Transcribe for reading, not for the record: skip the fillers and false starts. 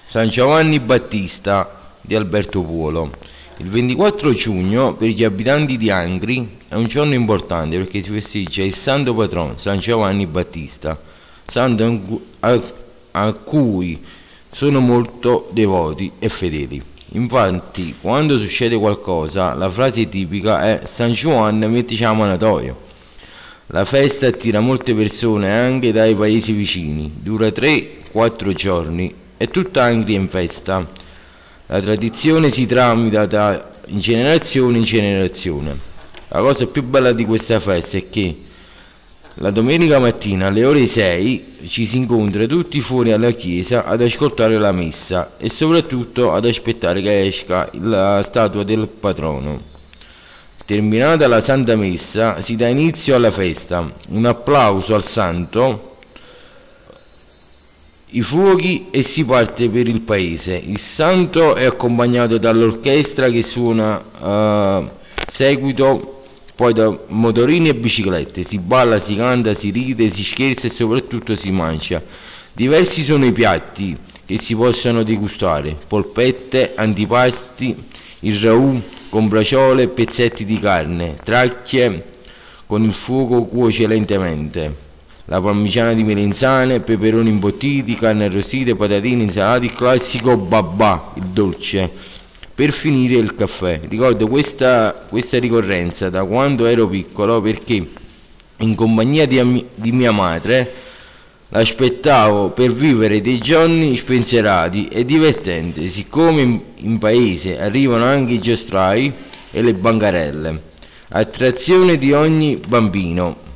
San Giovanni Battista di Alberto Puolo. Il 24 giugno per gli abitanti di Angri è un giorno importante perché si festeggia il santo patrono San Giovanni Battista, santo a cui sono molto devoti e fedeli. Infatti, quando succede qualcosa, la frase tipica è San Giovanni mettici a manatoio. La festa attira molte persone anche dai paesi vicini, dura 3-4 giorni e tutta Angri è in festa. La tradizione si tramita da generazione in generazione. La cosa più bella di questa festa è che la domenica mattina alle ore 6 ci si incontra tutti fuori alla chiesa ad ascoltare la messa e soprattutto ad aspettare che esca la statua del patrono. Terminata la Santa Messa si dà inizio alla festa, un applauso al santo, i fuochi e si parte per il paese. Il santo è accompagnato dall'orchestra che suona seguito poi da motorini e biciclette, si balla, si canta, si ride, si scherza e soprattutto si mangia. Diversi sono i piatti che si possono degustare: polpette, antipasti, il ragù con braciole e pezzetti di carne, tracce con il fuoco cuoce lentamente, la parmigiana di melenzane, peperoni imbottiti, carne arrostita, patatine, insalate, il classico babà, il dolce. Per finire il caffè. Ricordo questa ricorrenza da quando ero piccolo perché in compagnia di mia madre l'aspettavo per vivere dei giorni spensierati e divertenti, siccome in paese arrivano anche i giostrai e le bancarelle, attrazione di ogni bambino.